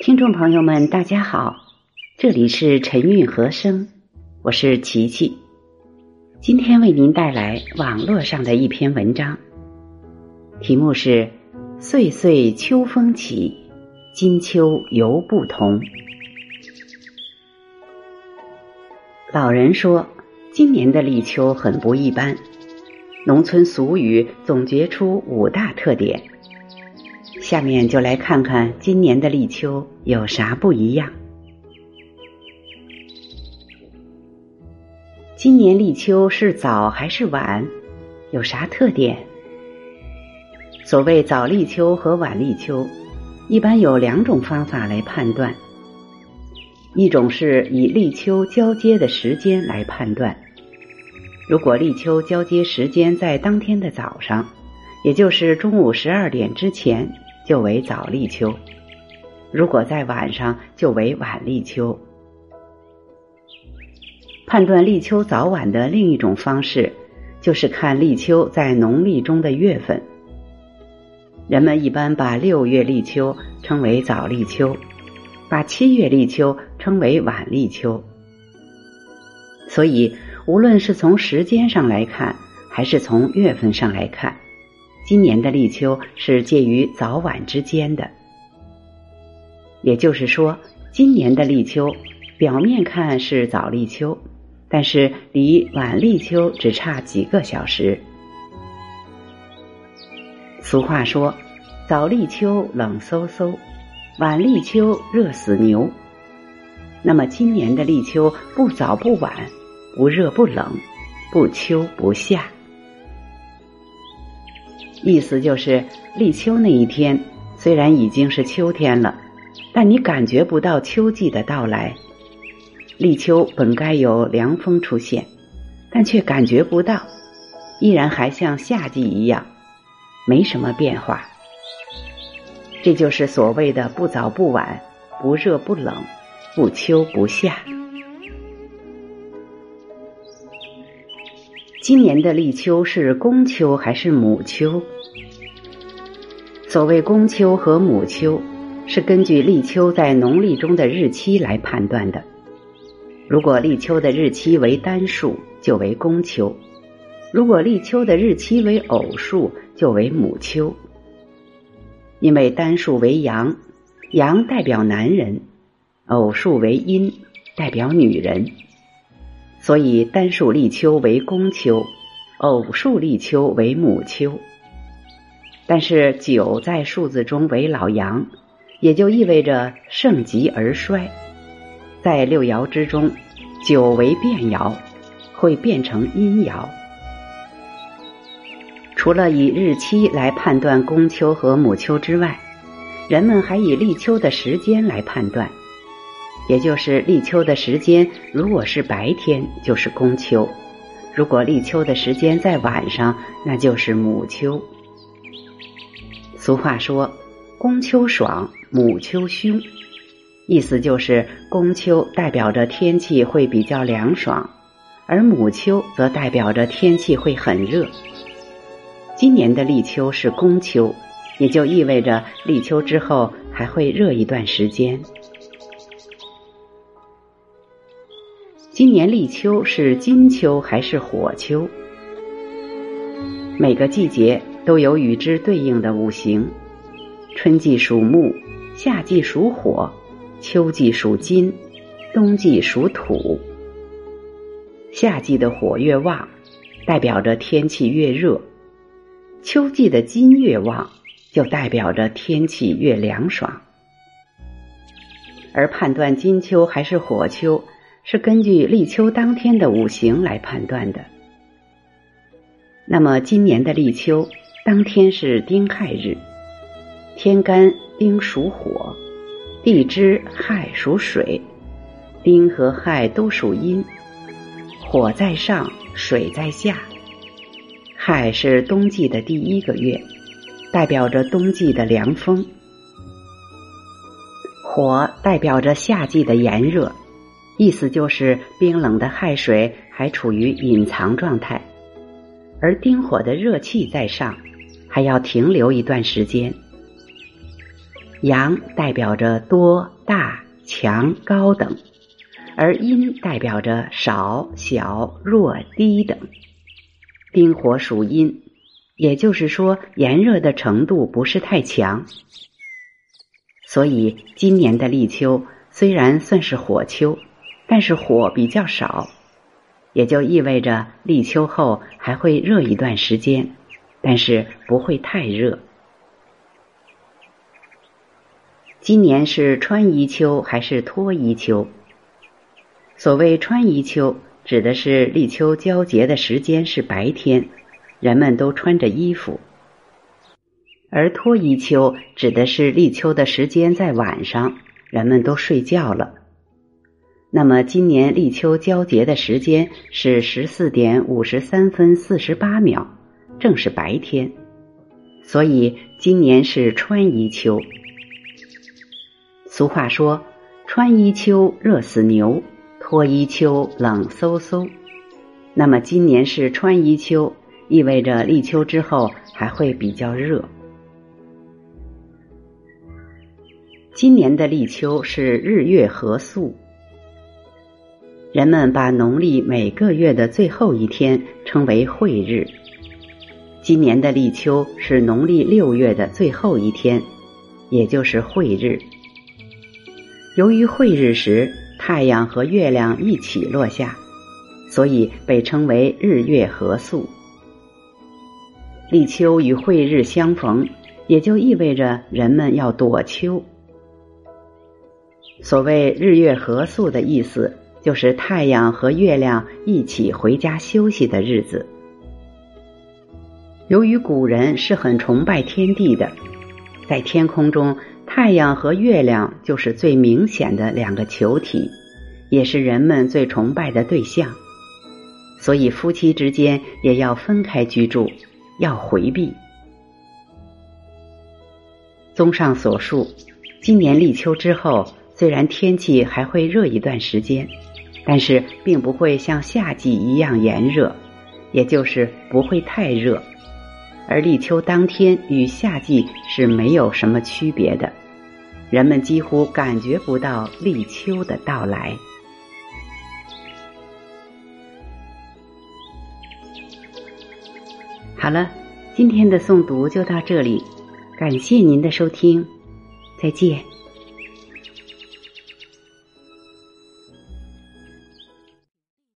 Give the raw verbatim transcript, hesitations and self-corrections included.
听众朋友们大家好，这里是晨韵和声，我是琪琪。今天为您带来网络上的一篇文章，题目是岁岁秋风起，今秋犹不同。老人说今年的立秋很不一般，农村俗语总结出五大特点，下面就来看看今年的立秋有啥不一样。今年立秋是早还是晚？有啥特点？所谓早立秋和晚立秋，一般有两种方法来判断。一种是以立秋交接的时间来判断，如果立秋交接时间在当天的早上，也就是中午十二点之前，就为早立秋；如果在晚上，就为晚立秋。判断立秋早晚的另一种方式，就是看立秋在农历中的月份。人们一般把六月立秋称为早立秋，把七月立秋称为晚立秋。所以无论是从时间上来看，还是从月份上来看，今年的立秋是介于早晚之间的。也就是说，今年的立秋表面看是早立秋，但是离晚立秋只差几个小时。俗话说，早立秋冷飕飕，晚立秋热死牛。那么今年的立秋不早不晚，不热不冷，不秋不夏。意思就是立秋那一天虽然已经是秋天了，但你感觉不到秋季的到来。立秋本该有凉风出现，但却感觉不到，依然还像夏季一样，没什么变化。这就是所谓的不早不晚，不热不冷，不秋不夏。今年的立秋是公秋还是母秋？所谓公秋和母秋，是根据立秋在农历中的日期来判断的。如果立秋的日期为单数，就为公秋；如果立秋的日期为偶数，就为母秋。因为单数为阳，阳代表男人；偶数为阴，代表女人。所以单数立秋为公秋，偶数立秋为母秋。但是九在数字中为老阳，也就意味着盛极而衰。在六爻之中，九为变爻，会变成阴爻。除了以日期来判断公秋和母秋之外，人们还以立秋的时间来判断。也就是立秋的时间如果是白天，就是公秋；如果立秋的时间在晚上，那就是母秋。俗话说，公秋爽，母秋凶，意思就是公秋代表着天气会比较凉爽，而母秋则代表着天气会很热。今年的立秋是公秋，也就意味着立秋之后还会热一段时间。今年立秋是金秋还是火秋？每个季节都有与之对应的五行，春季属木，夏季属火，秋季属金，冬季属土。夏季的火越旺，代表着天气越热；秋季的金越旺，就代表着天气越凉爽。而判断金秋还是火秋，是根据立秋当天的五行来判断的。那么今年的立秋当天是丁亥日，天干丁属火，地支亥属水，丁和亥都属阴，火在上，水在下。亥是冬季的第一个月，代表着冬季的凉风；火代表着夏季的炎热，意思就是冰冷的亥水还处于隐藏状态，而丁火的热气在上，还要停留一段时间。 阳代表着多、大、强、高等，而阴代表着少、小、弱、低等。丁火属阴，也就是说炎热的程度不是太强。所以今年的立秋虽然算是火秋，但是火比较少，也就意味着立秋后还会热一段时间，但是不会太热。今年是穿衣秋还是脱衣秋？所谓穿衣秋，指的是立秋交节的时间是白天，人们都穿着衣服；而脱衣秋指的是立秋的时间在晚上，人们都睡觉了。那么今年立秋交节的时间是十四点五十三分四十八秒，正是白天，所以今年是穿衣秋。俗话说，穿衣秋热死牛，脱衣秋冷飕飕。那么今年是穿衣秋，意味着立秋之后还会比较热。今年的立秋是日月合宿，人们把农历每个月的最后一天称为晦日。今年的立秋是农历六月的最后一天，也就是晦日。由于晦日时太阳和月亮一起落下，所以被称为日月合宿。立秋与晦日相逢，也就意味着人们要躲秋。所谓日月合宿的意思，就是太阳和月亮一起回家休息的日子。由于古人是很崇拜天地的，在天空中太阳和月亮就是最明显的两个球体，也是人们最崇拜的对象，所以夫妻之间也要分开居住，要回避。综上所述，今年立秋之后，虽然天气还会热一段时间，但是并不会像夏季一样炎热，也就是不会太热，而立秋当天与夏季是没有什么区别的，人们几乎感觉不到立秋的到来。好了，今天的诵读就到这里，感谢您的收听，再见。